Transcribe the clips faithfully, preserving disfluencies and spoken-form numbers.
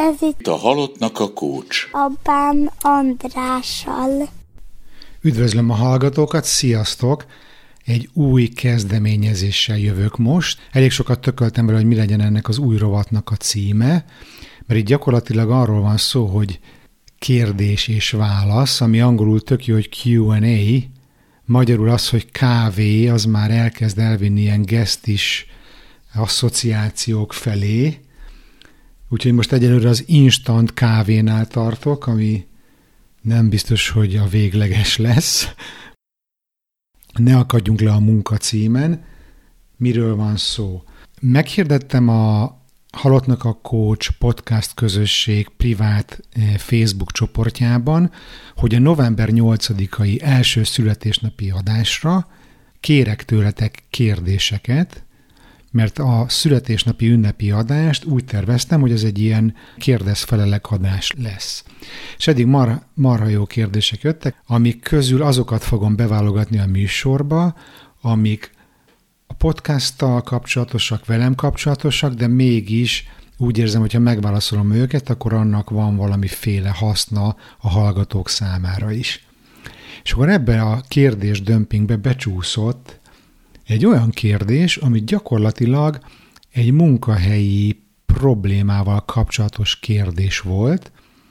Ez itt a Halottnak a Coach. Apám Andrással. Üdvözlöm a hallgatókat, sziasztok! Egy új kezdeményezéssel jövök most. Elég sokat tököltem vele, hogy mi legyen ennek az új rovatnak a címe, mert itt gyakorlatilag arról van szó, hogy kérdés és válasz, ami angolul tök jó, hogy Q and A, magyarul az, hogy kávé, az már elkezd elvinni ilyen gesztis asszociációk felé. Úgyhogy most egyelőre az instant kávénál tartok, ami nem biztos, hogy a végleges lesz. Ne akadjunk le a munka címen. Miről van szó? Meghirdettem a Halottnak a Coach podcast közösség privát Facebook csoportjában, hogy a november nyolcadikai első születésnapi adásra kérek tőletek kérdéseket, mert a születésnapi ünnepi adást úgy terveztem, hogy ez egy ilyen kérdez-felelek adás lesz. És eddig mar, marha jó kérdések jöttek, amik közül azokat fogom beválogatni a műsorba, amik a podcasttal kapcsolatosak, velem kapcsolatosak, de mégis úgy érzem, hogy ha megválaszolom őket, akkor annak van valamiféle haszna a hallgatók számára is. És akkor ebbe a kérdés dömpingbe becsúszott egy olyan kérdés, ami gyakorlatilag egy munkahelyi problémával kapcsolatos kérdés volt,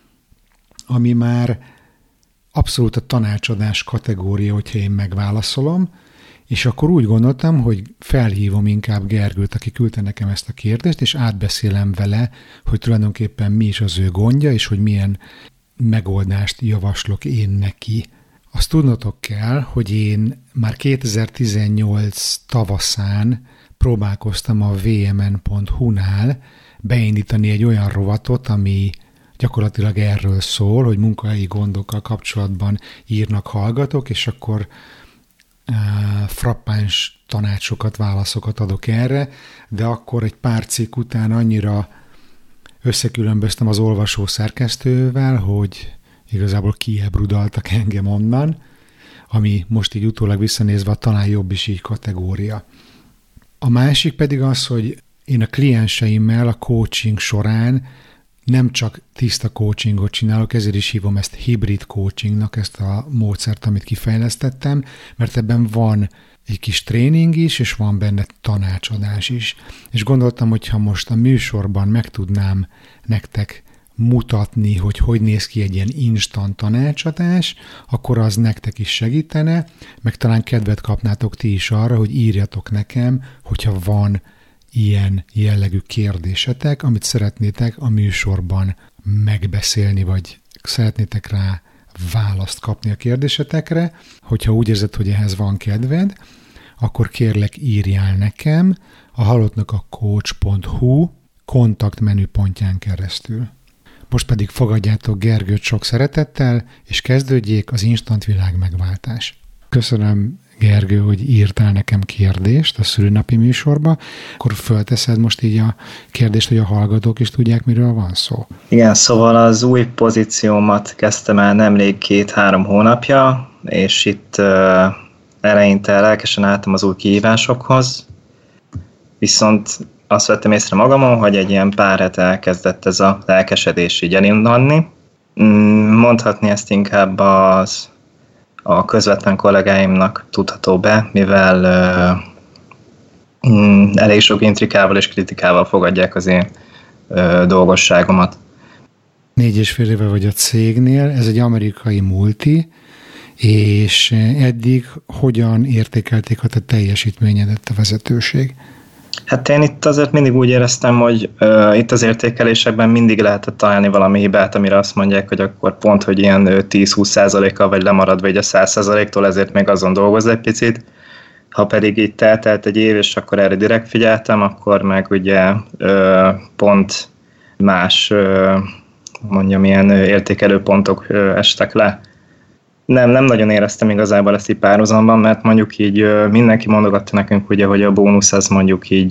ami már abszolút a tanácsadás kategória, hogyha én megválaszolom, és akkor úgy gondoltam, hogy felhívom inkább Gergőt, aki küldte nekem ezt a kérdést, és átbeszélem vele, hogy tulajdonképpen mi is az ő gondja, és hogy milyen megoldást javaslok én neki. Azt tudnotok kell, hogy én már kétezer-tizennyolc tavaszán próbálkoztam a vé em en pont hu-nál beindítani egy olyan rovatot, ami gyakorlatilag erről szól, hogy munkahelyi gondokkal kapcsolatban írnak hallgatók, és akkor uh, frappáns tanácsokat, válaszokat adok erre, de akkor egy pár cikk után annyira összekülönböztem az olvasó szerkesztővel, hogy igazából kiebrudaltak engem onnan, ami most így utólag visszanézve talán jobb is így kategória. A másik pedig az, hogy én a klienseimmel a coaching során nem csak tiszta coachingot csinálok, ezért is hívom ezt hibrid coachingnak, ezt a módszert, amit kifejlesztettem, mert ebben van egy kis tréning is, és van benne tanácsadás is. És gondoltam, hogy ha most a műsorban meg tudnám nektek mutatni, hogy hogy néz ki egy ilyen instant tanácsadás, akkor az nektek is segítene, meg talán kedvet kapnátok ti is arra, hogy írjatok nekem, hogyha van ilyen jellegű kérdésetek, amit szeretnétek a műsorban megbeszélni, vagy szeretnétek rá választ kapni a kérdésetekre. Hogyha úgy érzed, hogy ehhez van kedved, akkor kérlek írjál nekem a halottnak a coach pont hu kontaktmenüpontján keresztül. Most pedig fogadjátok Gergőt sok szeretettel, és kezdődjék az instant világ megváltás. Köszönöm, Gergő, hogy írtál nekem kérdést a szülinapi műsorba. Akkor fölteszed most így a kérdést, hogy a hallgatók is tudják, miről van szó. Igen, szóval az új pozíciómat kezdtem el nemrég két-három hónapja, és itt uh, eleinte lelkesen álltam az új kihívásokhoz, viszont azt vettem észre magamon, hogy egy ilyen pár hete elkezdett ez a lelkesedés így elindulni. Mondhatni ezt inkább az, a közvetlen kollégáimnak tudható be, mivel uh, um, elég sok intrikával és kritikával fogadják az én uh, dolgosságomat. Négy és fél éve vagy a cégnél, ez egy amerikai multi, és eddig hogyan értékelték a te teljesítményedet a vezetőség? Hát én itt azért mindig úgy éreztem, hogy uh, itt az értékelésekben mindig lehetett találni valami hibát, amire azt mondják, hogy akkor pont, hogy ilyen tíz-húsz százalékkal vagy lemaradva vagy a száz százaléktól, ezért még azon dolgozz egy picit. Ha pedig itt eltelt egy év, és akkor erre direkt figyeltem, akkor meg ugye uh, pont más, uh, mondjam, ilyen értékelő pontok uh, estek le. Nem, nem nagyon éreztem igazából ezt így párhuzamban, mert mondjuk így mindenki mondogatta nekünk, ugye, hogy a bónusz az mondjuk így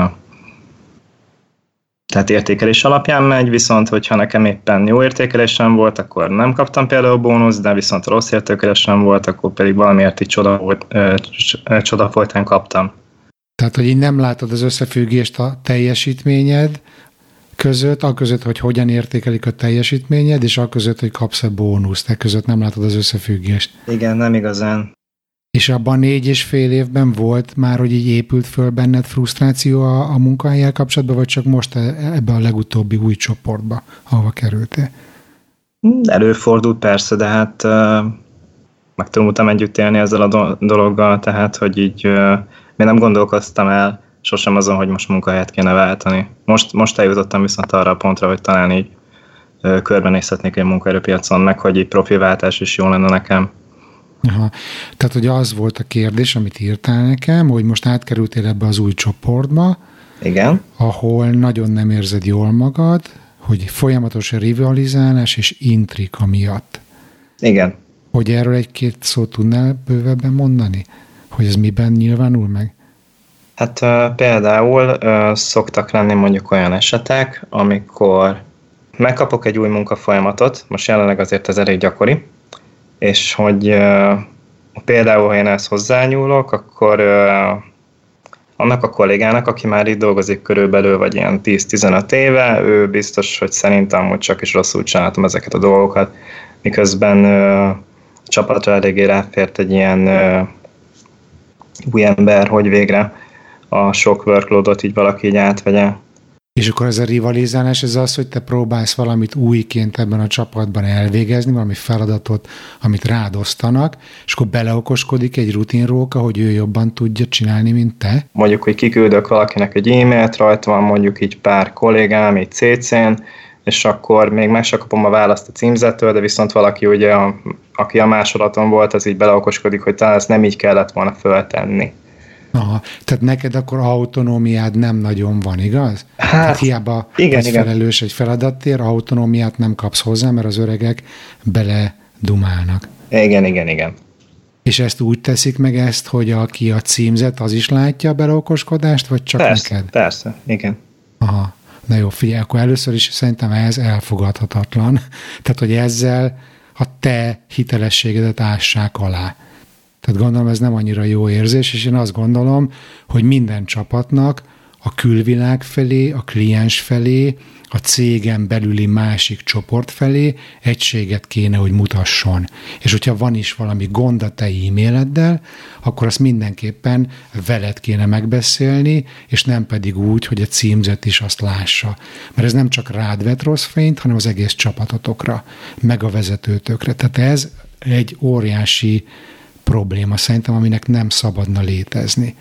tehát értékelés alapján megy, viszont hogyha nekem éppen jó értékelésem volt, akkor nem kaptam például bónusz, de viszont rossz értékelésem volt, akkor pedig valamiért így csoda, volt, csoda folytán kaptam. Tehát, hogy így nem látod az összefüggést a teljesítményed között, a között, hogy hogyan értékelik a teljesítményed, és a között, hogy kapsz-e bónuszt. E között nem látod az összefüggést. Igen, nem igazán. És abban négy és fél évben volt már, hogy így épült föl benned frusztráció a, a munkahellyel kapcsolatban, vagy csak most ebbe a legutóbbi új csoportba, ahova kerültél? Előfordult persze, de hát uh, meg tanultam együtt élni ezzel a do- dologgal, tehát, hogy így uh, én nem gondolkoztam el sosem azon, hogy most munkahelyet kéne váltani. Most, most eljutottam viszont arra a pontra, hogy talán így uh, körbenézhetnék egy munkaerőpiacon, meg hogy így profilváltás is jó lenne nekem. Aha. Tehát, hogy az volt a kérdés, amit írtál nekem, hogy most átkerültél ebbe az új csoportba, igen, ahol nagyon nem érzed jól magad, hogy folyamatos rivalizálás és intrika miatt. Igen. Hogy erről egy-két szót tudnál bővebben mondani? Hogy ez miben nyilvánul meg? Hát uh, például uh, szoktak lenni mondjuk olyan esetek, amikor megkapok egy új munkafolyamatot, most jelenleg azért ez elég gyakori, és hogy uh, például, ha én ezt hozzányúlok, akkor uh, annak a kollégának, aki már itt dolgozik körülbelül, vagy ilyen tíz-tizenöt éve, ő biztos, hogy szerintem, hogy csak is rosszul csináltam ezeket a dolgokat, miközben uh, a csapatra eléggé ráfért egy ilyen uh, új ember, hogy végre a sok workloadot így valaki így átvegye. És akkor ez a rivalizálás, ez az, hogy te próbálsz valamit újként ebben a csapatban elvégezni, valami feladatot, amit rád osztanak, és akkor beleokoskodik egy rutinróka, hogy ő jobban tudja csinálni, mint te? Mondjuk, hogy kiküldök valakinek egy e-mailt, rajta van mondjuk így pár kollégám, így cé cén, és akkor még meg se kapom a választ a címzettől, de viszont valaki ugye, a, aki a másolaton volt, az így beleokoskodik, hogy talán ezt nem így kellett volna föltenni. Aha, tehát neked akkor autonómiád nem nagyon van, igaz? Hát, tehát hiába igen, vagy igen. felelős egy feladattér, autonómiát nem kapsz hozzá, mert az öregek beledumálnak. Igen, igen, igen. És ezt úgy teszik meg ezt, hogy aki a címzet, az is látja a beleokoskodást, vagy csak persze, neked? Persze, igen. Aha, na jó, figyelj, akkor először is szerintem ez elfogadhatatlan. Tehát, hogy ezzel a te hitelességedet ássák alá. Tehát gondolom, ez nem annyira jó érzés, és én azt gondolom, hogy minden csapatnak a külvilág felé, a kliens felé, a cégen belüli másik csoport felé egységet kéne, hogy mutasson. És hogyha van is valami gond a te e-maileddel, akkor azt mindenképpen veled kéne megbeszélni, és nem pedig úgy, hogy a címzet is azt lássa. Mert ez nem csak rád vet rossz fényt, hanem az egész csapatotokra, meg a vezetőtökre. Tehát ez egy óriási probléma szerintem, aminek nem szabadna létezni.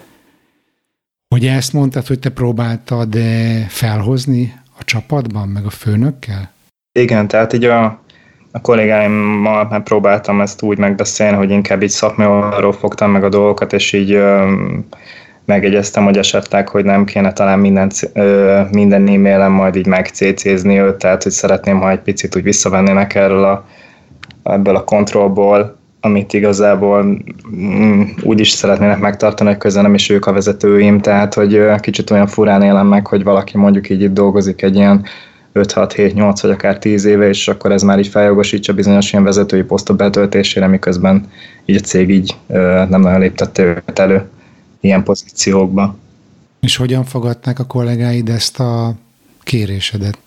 Ugye ezt mondtad, hogy te próbáltad felhozni a csapatban, meg a főnökkel? Igen, tehát így a, a kollégáimmal már próbáltam ezt úgy megbeszélni, hogy inkább így szakmai oldalról fogtam meg a dolgokat, és így ö, megegyeztem, hogy esetleg, hogy nem kéne talán minden, ö, minden e-mailen majd így megcécézni őt, tehát hogy szeretném, ha egy picit úgy visszavennének erről a, ebből a kontrollból, amit igazából mm, úgy is szeretnének megtartani, hogy közben nem is ők a vezetőim, tehát hogy kicsit olyan furán élem meg, hogy valaki mondjuk így itt dolgozik egy ilyen öt-hat-hét-nyolc vagy akár tíz éve, és akkor ez már így feljogosítsa bizonyos ilyen vezetői posztok betöltésére, miközben így a cég így ö, nem nagyon léptette őt elő ilyen pozíciókba. És hogyan fogadták a kollégáid ezt a kérésedet?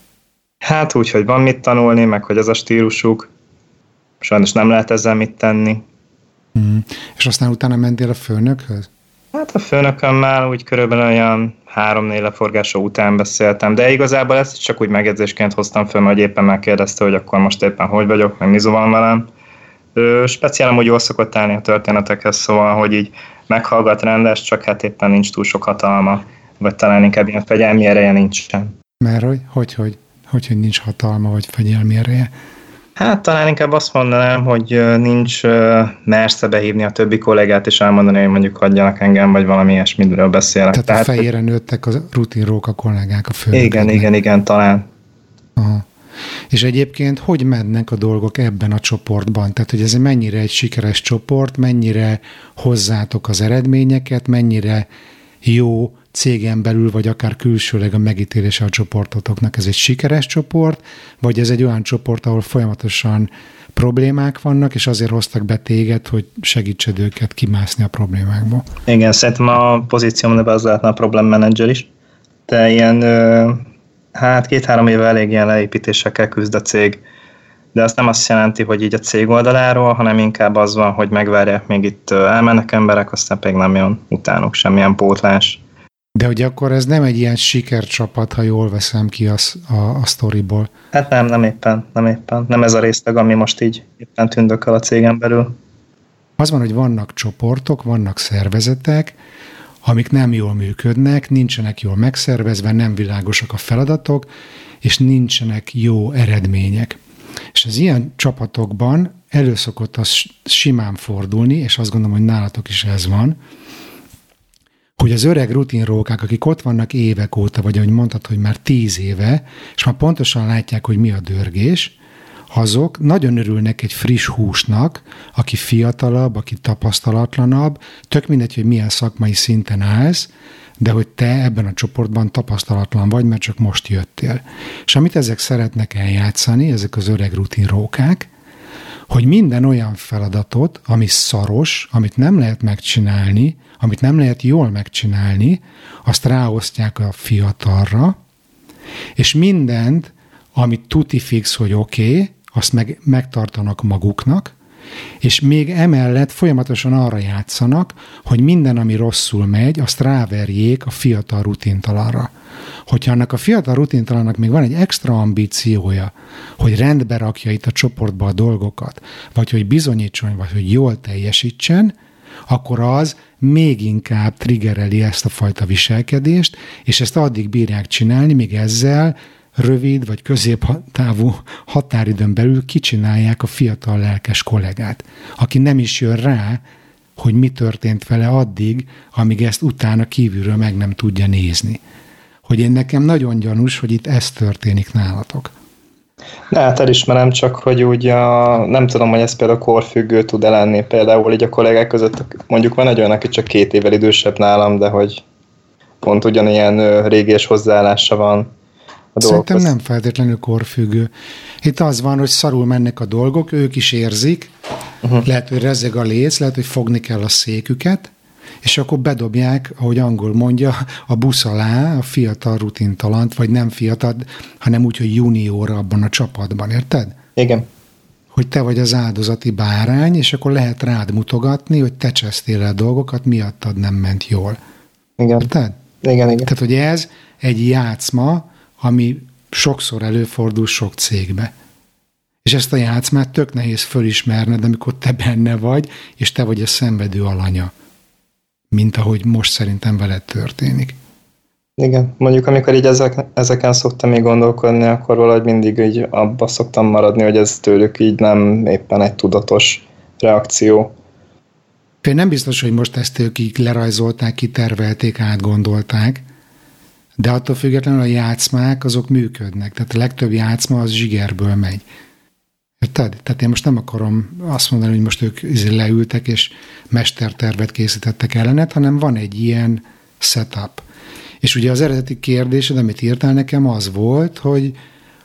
Hát úgy, hogy van mit tanulni, meg hogy ez a stílusuk, sajnos nem lehet ezzel mit tenni. Mm. És aztán utána mentél a főnökhöz? Hát a főnökömmel úgy körülbelül olyan három-négy leforgása után beszéltem, de igazából ezt csak úgy megjegyzésként hoztam föl, mert éppen megkérdezte, hogy akkor most éppen hogy vagyok, meg mi van velem. Ő speciál amúgy jól szokott állni a történetekhez, szóval, hogy így meghallgat rendes, csak hát éppen nincs túl sok hatalma, vagy talán inkább ilyen fegyelmi ereje nincsen. Mert hogy? Hogy, hogy, hogy, hogy nincs hatalma, vagy fegyelmi ereje? Hát talán inkább azt mondanám, hogy nincs mersze behívni a többi kollégát, és elmondani, hogy mondjuk hagyjanak engem, vagy valami ilyesmiről beszélek. Tehát, Tehát a fejére nőttek a rutinrók a kollégák a főnököknek. Igen, igen, igen, talán. Aha. És egyébként hogy mennek a dolgok ebben a csoportban? Tehát, hogy ez mennyire egy sikeres csoport, mennyire hozzátok az eredményeket, mennyire jó cégen belül, vagy akár külsőleg a megítélése a csoportotoknak. Ez egy sikeres csoport, vagy ez egy olyan csoport, ahol folyamatosan problémák vannak, és azért hoztak be téged, hogy segítsed őket kimászni a problémákból? Igen, szerintem a pozíciómban az lehetne a problem manager is. De ilyen ö, Hát két-három éve elég ilyen leépítésekkel küzd a cég, de azt nem azt jelenti, hogy így a cég oldaláról, hanem inkább az van, hogy megvárják, még itt elmennek emberek, aztán pedig nem jön utánuk semmilyen pótlás. De hogy akkor ez nem egy ilyen sikercsapat, ha jól veszem ki a, a, a sztoriból. Hát nem, nem éppen, nem éppen. Nem ez a részleg, ami most így éppen tündököl a cégen belül. Az van, hogy vannak csoportok, vannak szervezetek, amik nem jól működnek, nincsenek jól megszervezve, nem világosak a feladatok, és nincsenek jó eredmények. És az ilyen csapatokban előszokott az simán fordulni, és azt gondolom, hogy nálatok is ez van, hogy az öreg rutinrókák, akik ott vannak évek óta, vagy ahogy mondtad, hogy már tíz éve, és már pontosan látják, hogy mi a dörgés, azok nagyon örülnek egy friss húsnak, aki fiatalabb, aki tapasztalatlanabb, tök mindegy, hogy milyen szakmai szinten állsz, de hogy te ebben a csoportban tapasztalatlan vagy, mert csak most jöttél. És amit ezek szeretnek eljátszani, ezek az öreg rutinrókák, hogy minden olyan feladatot, ami szaros, amit nem lehet megcsinálni, amit nem lehet jól megcsinálni, azt ráosztják a fiatalra, és mindent, amit tuti fix, hogy oké, okay, azt meg, megtartanak maguknak, és még emellett folyamatosan arra játszanak, hogy minden, ami rosszul megy, azt ráverjék a fiatal rutintalanra. Hogyha annak a fiatal rutintalannak még van egy extra ambíciója, hogy rendbe rakja itt a csoportba a dolgokat, vagy hogy bizonyítson, vagy hogy jól teljesítsen, akkor az még inkább triggereli ezt a fajta viselkedést, és ezt addig bírják csinálni, míg ezzel rövid vagy középtávú határidőn belül kicsinálják a fiatal lelkes kollégát, aki nem is jön rá, hogy mi történt vele addig, amíg ezt utána kívülről meg nem tudja nézni. Hogy én nekem nagyon gyanús, hogy itt ez történik nálatok. De hát elismerem, csak hogy úgy a, nem tudom, hogy ez például korfüggő tud-e lenni. Például így a kollégák között mondjuk van egy olyan, aki csak két évvel idősebb nálam, de hogy pont ugyanilyen régés hozzáállása van. Szerintem nem feltétlenül korfüggő. Itt az van, hogy szarul mennek a dolgok, ők is érzik, uh-huh. lehet, hogy rezeg a léc, lehet, hogy fogni kell a széküket, és akkor bedobják, ahogy angol mondja, a busz alá a fiatal rutintalant, vagy nem fiatal, hanem úgy, hogy junior abban a csapatban, érted? Igen. Hogy te vagy az áldozati bárány, és akkor lehet rád mutogatni, hogy te csesztél el dolgokat, miattad nem ment jól. Igen. Érted? Igen, igen. Tehát, hogy ez egy játszma, ami sokszor előfordul sok cégbe. És ezt a játszmát tök nehéz fölismerned, amikor te benne vagy, és te vagy a szenvedő alanya. Mint ahogy most szerintem veled történik. Igen, mondjuk amikor így ezek, ezeken szoktam még gondolkodni, akkor valahogy mindig így abba szoktam maradni, hogy ez tőlük így nem éppen egy tudatos reakció. Én nem biztos, hogy most ezt ők így lerajzolták, kitervelték, átgondolták, de attól függetlenül a játszmák azok működnek. Tehát a legtöbb játszma az zsigerből megy. Érted? Tehát én most nem akarom azt mondani, hogy most ők leültek és mestertervet készítettek ellenet, hanem van egy ilyen setup. És ugye az eredeti kérdésed, amit írtál nekem, az volt, hogy,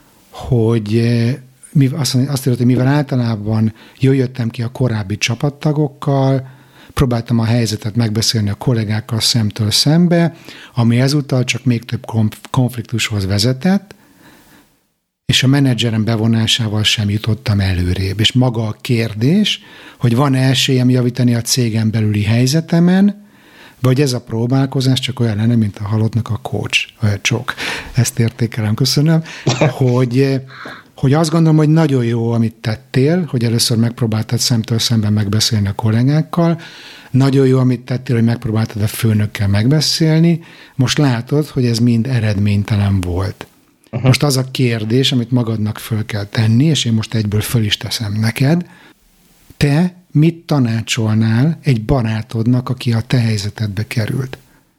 hogy azt, azt írott, hogy mivel általában jól jöttem ki a korábbi csapattagokkal, próbáltam a helyzetet megbeszélni a kollégákkal szemtől szembe, ami ezúttal csak még több konfliktushoz vezetett, és a menedzserem bevonásával sem jutottam előrébb. És maga a kérdés, hogy van esélyem javítani a cégen belüli helyzetemen, vagy ez a próbálkozás csak olyan lenne, mint a halottnak a coach, vagy a csok. Ezt értékelem, köszönöm, hogy, hogy azt gondolom, hogy nagyon jó, amit tettél, hogy először megpróbáltad szemtől szemben megbeszélni a kollégákkal, nagyon jó, amit tettél, hogy megpróbáltad a főnökkel megbeszélni, most látod, hogy ez mind eredménytelen volt. Uh-huh. Most az a kérdés, amit magadnak föl kell tenni, és én most egyből föl is teszem neked, te mit tanácsolnál egy barátodnak, aki a te helyzetedbe került?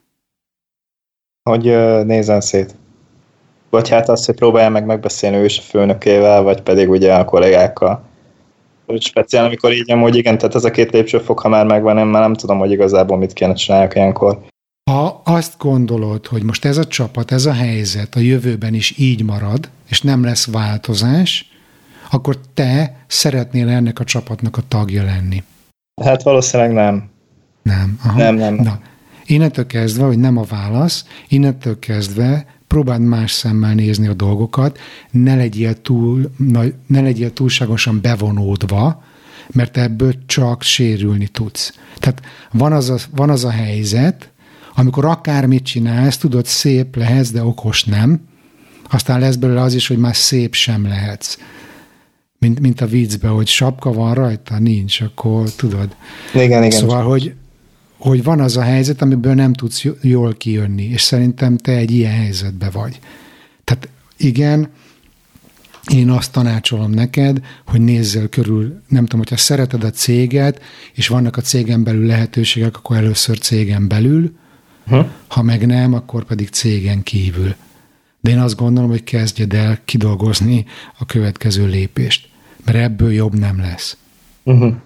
Hogy uh, nézzen szét. Vagy hát azt, hogy próbálja meg megbeszélni ő is a főnökével, vagy pedig ugye a kollégákkal. Speciál, amikor így nyom, hogy igen, tehát ez a két lépcsőfok, ha már megvan, én már nem tudom, hogy igazából mit kéne csináljak ilyenkor. Ha azt gondolod, hogy most ez a csapat, ez a helyzet a jövőben is így marad, és nem lesz változás, akkor te szeretnél ennek a csapatnak a tagja lenni. Hát valószínűleg nem. Nem. Aha. Nem, nem. Na, innentől kezdve, hogy nem a válasz, innentől kezdve próbáld más szemmel nézni a dolgokat, ne legyél, túl, ne legyél túlságosan bevonódva, mert ebből csak sérülni tudsz. Tehát van az a, van az a helyzet, amikor akármit csinálsz, tudod, szép lehetsz, de okos nem, aztán lesz belőle az is, hogy már szép sem lehetsz. Mint, mint a viccben, hogy sapka van rajta, nincs, akkor tudod. Igen, igen. Szóval, hogy, hogy van az a helyzet, amiből nem tudsz jól kijönni, és szerintem te egy ilyen helyzetben vagy. Tehát igen, én azt tanácsolom neked, hogy nézzel körül, nem tudom, hogyha szereted a céget, és vannak a cégen belül lehetőségek, akkor először cégen belül, hm. ha meg nem, akkor pedig cégen kívül. De én azt gondolom, hogy kezdjed el kidolgozni a következő lépést, mert ebből jobb nem lesz. Uh-huh.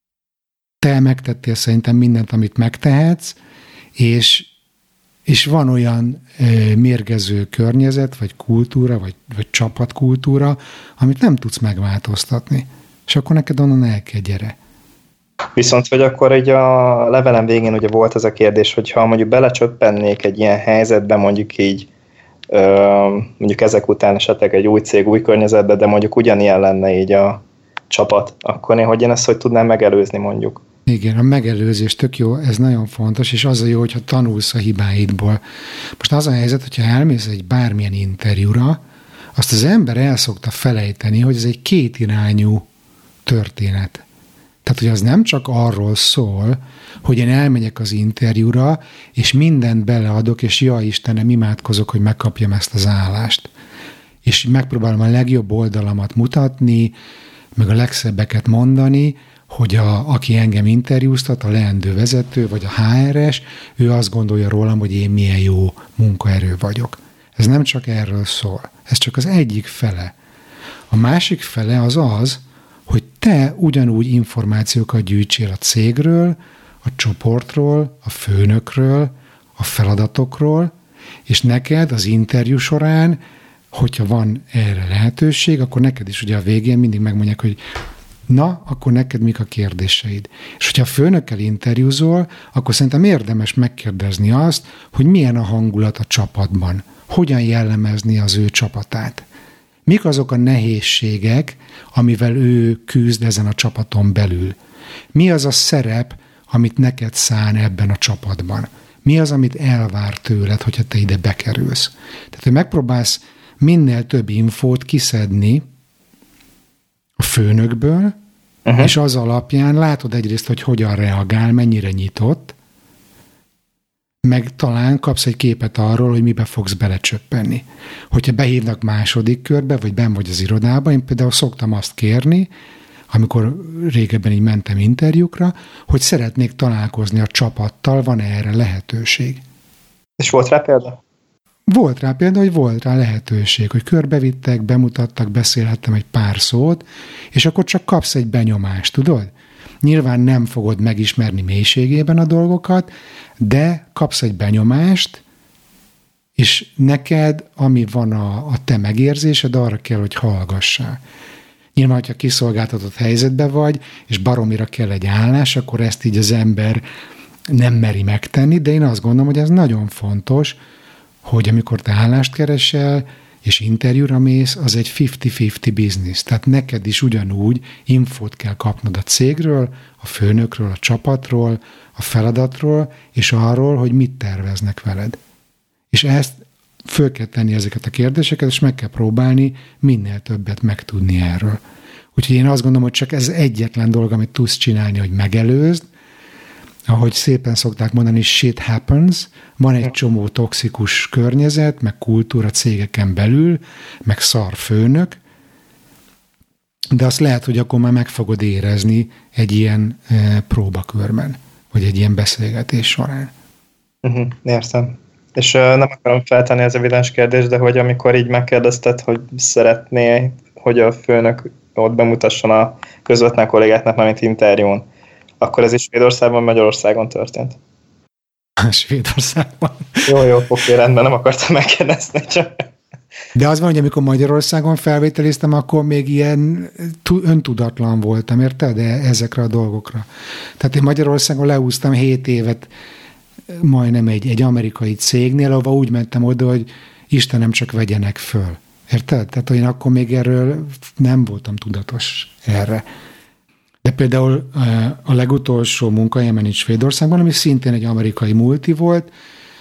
Te megtettél szerintem mindent, amit megtehetsz, és, és van olyan e, mérgező környezet, vagy kultúra, vagy, vagy csapatkultúra, amit nem tudsz megváltoztatni. És akkor neked onnan el kell, gyere. Viszont, hogy akkor így a levelem végén ugye volt ez a kérdés, hogyha mondjuk belecsöppennék egy ilyen helyzetbe, mondjuk így, mondjuk ezek után esetleg egy új cég, új környezetben, de mondjuk ugyanilyen lenne így a csapat, akkor én hogy én ezt hogy tudnám megelőzni mondjuk? Igen, a megelőzés tök jó, ez nagyon fontos, és az a jó, hogyha tanulsz a hibáidból. Most az a helyzet, hogyha elmész egy bármilyen interjúra, azt az ember el szokta felejteni, hogy ez egy kétirányú történet. Tehát, hogy az nem csak arról szól, hogy én elmegyek az interjúra, és mindent beleadok, és ja Istenem, imádkozok, hogy megkapjam ezt az állást. És megpróbálom a legjobb oldalamat mutatni, meg a legszebbeket mondani, hogy a, aki engem interjúztat, a leendő vezető, vagy a há er es, ő azt gondolja rólam, hogy én milyen jó munkaerő vagyok. Ez nem csak erről szól. Ez csak az egyik fele. A másik fele az az, hogy te ugyanúgy információkat gyűjtsél a cégről, a csoportról, a főnökről, a feladatokról, és neked az interjú során, hogyha van erre lehetőség, akkor neked is ugye a végén mindig megmondják, hogy na, akkor neked mik a kérdéseid. És hogyha a főnökkel interjúzol, akkor szerintem érdemes megkérdezni azt, hogy milyen a hangulat a csapatban, hogyan jellemezni az ő csapatát. Mik azok a nehézségek, amivel ő küzd ezen a csapaton belül? Mi az a szerep, amit neked szán ebben a csapatban? Mi az, amit elvár tőled, hogyha te ide bekerülsz? Tehát, hogy megpróbálsz minél több infót kiszedni a főnökből, uh-huh. és az alapján látod egyrészt, hogy hogyan reagál, mennyire nyitott, meg talán kapsz egy képet arról, hogy mibe fogsz belecsöppenni. Hogyha behívnak második körbe, vagy benn vagy az irodában, én például szoktam azt kérni, amikor régebben így mentem interjúkra, hogy szeretnék találkozni a csapattal, van erre lehetőség. És volt rá példa? Volt rá példa, hogy volt rá lehetőség, hogy körbevittek, bemutattak, beszélhettem egy pár szót, és akkor csak kapsz egy benyomást, tudod? Nyilván nem fogod megismerni mélységében a dolgokat, de kapsz egy benyomást, és neked, ami van a, a te megérzésed, arra kell, hogy hallgassál. Nyilván, hogyha kiszolgáltatott helyzetben vagy, és baromira kell egy állás, akkor ezt így az ember nem meri megtenni, de én azt gondolom, hogy ez nagyon fontos, hogy amikor te állást keresel, és interjúra mész, az egy fifty-fifty business. Tehát neked is ugyanúgy infót kell kapnod a cégről, a főnökről, a csapatról, a feladatról, és arról, hogy mit terveznek veled. És ezt föl kell tenni ezeket a kérdéseket, és meg kell próbálni minél többet megtudni erről. Úgyhogy én azt gondolom, hogy csak ez egyetlen dolog, amit tudsz csinálni, hogy megelőzd. Ahogy szépen szokták mondani, shit happens, van egy csomó toxikus környezet, meg kultúra cégeken belül, meg szar főnök, de azt lehet, hogy akkor már meg fogod érezni egy ilyen e, próbakörben, vagy egy ilyen beszélgetés során. Uh-huh, értem. És uh, nem akarom feltenni az evidens kérdést, de hogy amikor így megkérdezted, hogy szeretné, hogy a főnök ott bemutasson a közvetlen kollégáknak, mármint interjún, akkor ez is Svédországban, Magyarországon történt? Svédországban. Jó, jó, oké, rendben, nem akartam megkérdezni, csak... De az van, hogy amikor Magyarországon felvételiztem, akkor még ilyen öntudatlan voltam, érted? De ezekre a dolgokra. Tehát én Magyarországon leúztam hét évet majdnem egy, egy amerikai cégnél, ahova úgy mentem oda, hogy Istenem, csak vegyenek föl. Érted? Tehát én akkor még erről nem voltam tudatos erre. De például a legutolsó munkahelyemen itt Svédországban, ami szintén egy amerikai multi volt,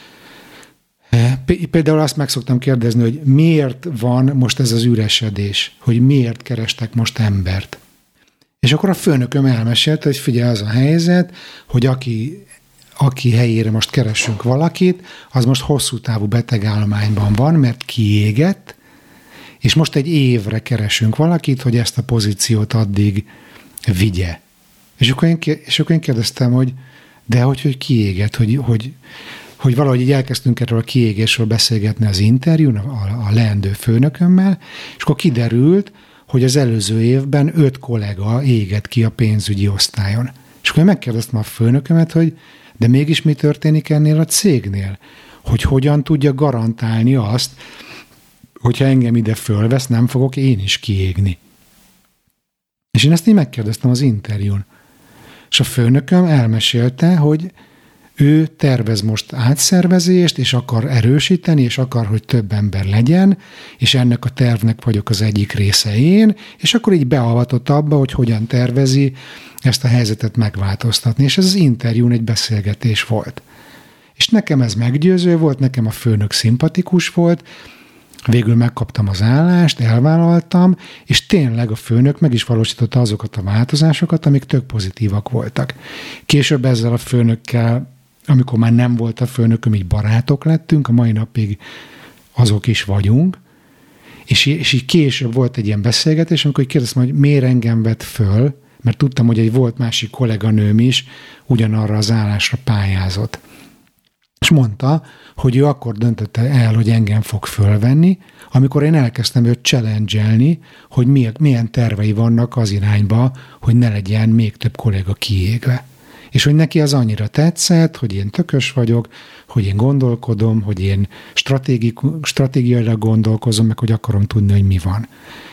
például azt meg szoktam kérdezni, hogy miért van most ez az üresedés, hogy miért kerestek most embert. És akkor a főnököm elmesélte, hogy figyelj, az a helyzet, hogy aki, aki helyére most keresünk valakit, az most hosszú távú betegállományban van, mert kiégett, és most egy évre keresünk valakit, hogy ezt a pozíciót addig vigye. És akkor én, és akkor én kérdeztem, hogy de hogy, hogy kiégett, hogy, hogy, hogy valahogy így elkezdtünk erről a kiégésről beszélgetni az interjún, a, a leendő főnökömmel, és akkor kiderült, hogy az előző évben öt kollega égett ki a pénzügyi osztályon. És akkor én megkérdeztem a főnökömet, hogy de mégis mi történik ennél a cégnél? Hogy hogyan tudja garantálni azt, hogyha engem ide fölvesz, nem fogok én is kiégni. És én ezt így megkérdeztem az interjún. És a főnököm elmesélte, hogy ő tervez most átszervezést, és akar erősíteni, és akar, hogy több ember legyen, és ennek a tervnek vagyok az egyik része én, és akkor így beavatott abba, hogy hogyan tervezi ezt a helyzetet megváltoztatni. És ez az interjún egy beszélgetés volt. És nekem ez meggyőző volt, nekem a főnök szimpatikus volt, végül megkaptam az állást, elvállaltam, és tényleg a főnök meg is valósította azokat a változásokat, amik tök pozitívak voltak. Később ezzel a főnökkel, amikor már nem volt a főnököm, így barátok lettünk, a mai napig azok is vagyunk, és, és így később volt egy ilyen beszélgetés, amikor kérdeztem, hogy miért engem vett föl, mert tudtam, hogy egy volt másik kolléganőm is ugyanarra az állásra pályázott. És mondta, hogy ő akkor döntötte el, hogy engem fog fölvenni, amikor én elkezdtem őt challenge-elni, hogy milyen tervei vannak az irányba, hogy ne legyen még több kolléga kiégve. És hogy neki az annyira tetszett, hogy én tökös vagyok, hogy én gondolkodom, hogy én stratégiailag gondolkozom, meg hogy akarom tudni, hogy mi van.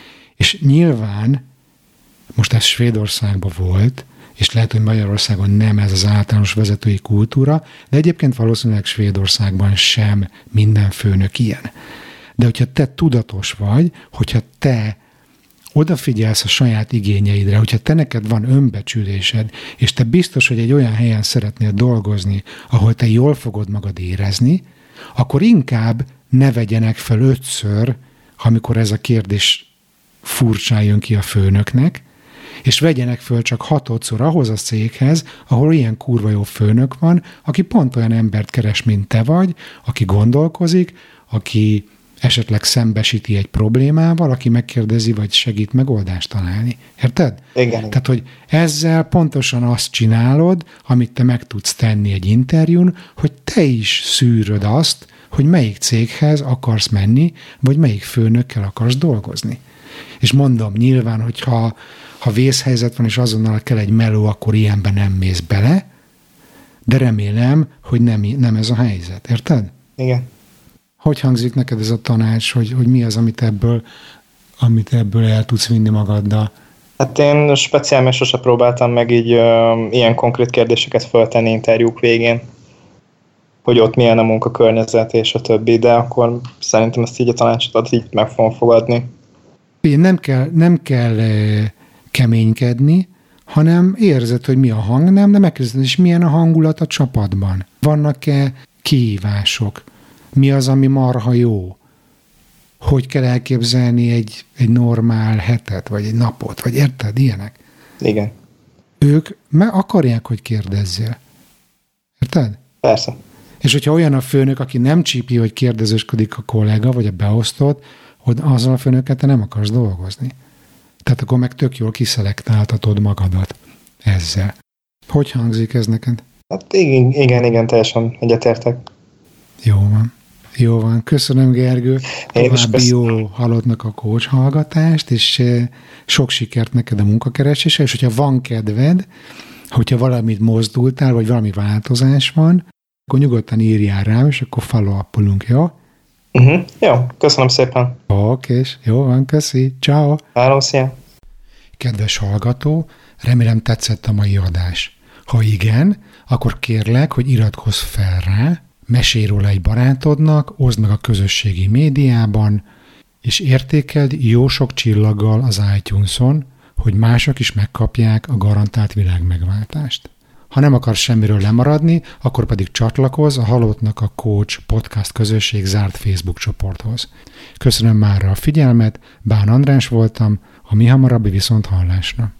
És nyilván, most ez Svédországban volt, és lehet, hogy Magyarországon nem ez az általános vezetői kultúra, de egyébként valószínűleg Svédországban sem minden főnök ilyen. De hogyha te tudatos vagy, hogyha te odafigyelsz a saját igényeidre, hogyha te neked van önbecsülésed, és te biztos, hogy egy olyan helyen szeretnél dolgozni, ahol te jól fogod magad érezni, akkor inkább ne vegyenek fel ötször, amikor ez a kérdés furcsán jön ki a főnöknek, és vegyenek föl csak hatodszor ahhoz a céghez, ahol ilyen kurva jó főnök van, aki pont olyan embert keres, mint te vagy, aki gondolkozik, aki esetleg szembesíti egy problémával, aki megkérdezi, vagy segít megoldást találni. Érted? Igen. Tehát, hogy ezzel pontosan azt csinálod, amit te meg tudsz tenni egy interjún, hogy te is szűröd azt, hogy melyik céghez akarsz menni, vagy melyik főnökkel akarsz dolgozni. És mondom, nyilván, hogyha ha vészhelyzet van, és azonnal kell egy meló, akkor ilyenben nem mész bele, de remélem, hogy nem, nem ez a helyzet. Érted? Igen. Hogy hangzik neked ez a tanács, hogy, hogy mi az, amit ebből, amit ebből el tudsz vinni magaddal? Hát én speciálmente sose próbáltam meg így ö, ilyen konkrét kérdéseket föltenni interjúk végén, hogy ott milyen a munkakörnyezet és a többi, de akkor szerintem ezt így a tanácsot így meg fogom fogadni. Nem kell, nem kell keménykedni, hanem érzed, hogy mi a hang, nem, de megkérdezed, és milyen a hangulat a csapatban. Vannak-e kihívások? Mi az, ami marha jó? Hogy kell elképzelni egy, egy normál hetet, vagy egy napot, vagy érted, ilyenek? Igen. Ők meg akarják, hogy kérdezzél. Érted? Persze. És hogyha olyan a főnök, aki nem csípi, hogy kérdezősködik a kollega, vagy a beosztott, hogy azzal a főnökkel te nem akarsz dolgozni. Tehát akkor meg tök jól kiszelektáltatod magadat ezzel. Hogy hangzik ez neked? Hát igen, igen, igen teljesen egyetértek. Jó van. Jó van. Köszönöm, Gergő. További jó halottnak a coach hallgatást, és sok sikert neked a munkakeresésre, és hogyha van kedved, hogyha valamit mozdultál, vagy valami változás van, akkor nyugodtan írjál rám, és akkor follow-upolunk, jó? Uh-huh. Jó, köszönöm szépen. Oké, jó van, köszi. Ciao. Várom, szia. Kedves hallgató, remélem tetszett a mai adás. Ha igen, akkor kérlek, hogy iratkozz fel rá, Mesélj róla egy barátodnak, oszd meg a közösségi médiában, és értékeld jó sok csillaggal az iTunes-on, hogy mások is megkapják a garantált világmegváltást. Ha nem akarsz semmiről lemaradni, akkor pedig csatlakozz a Halottnak a Coach podcast közösség zárt Facebook csoporthoz. Köszönöm márra a figyelmet, Bán András voltam, a mi hamarabbi viszont hallásra.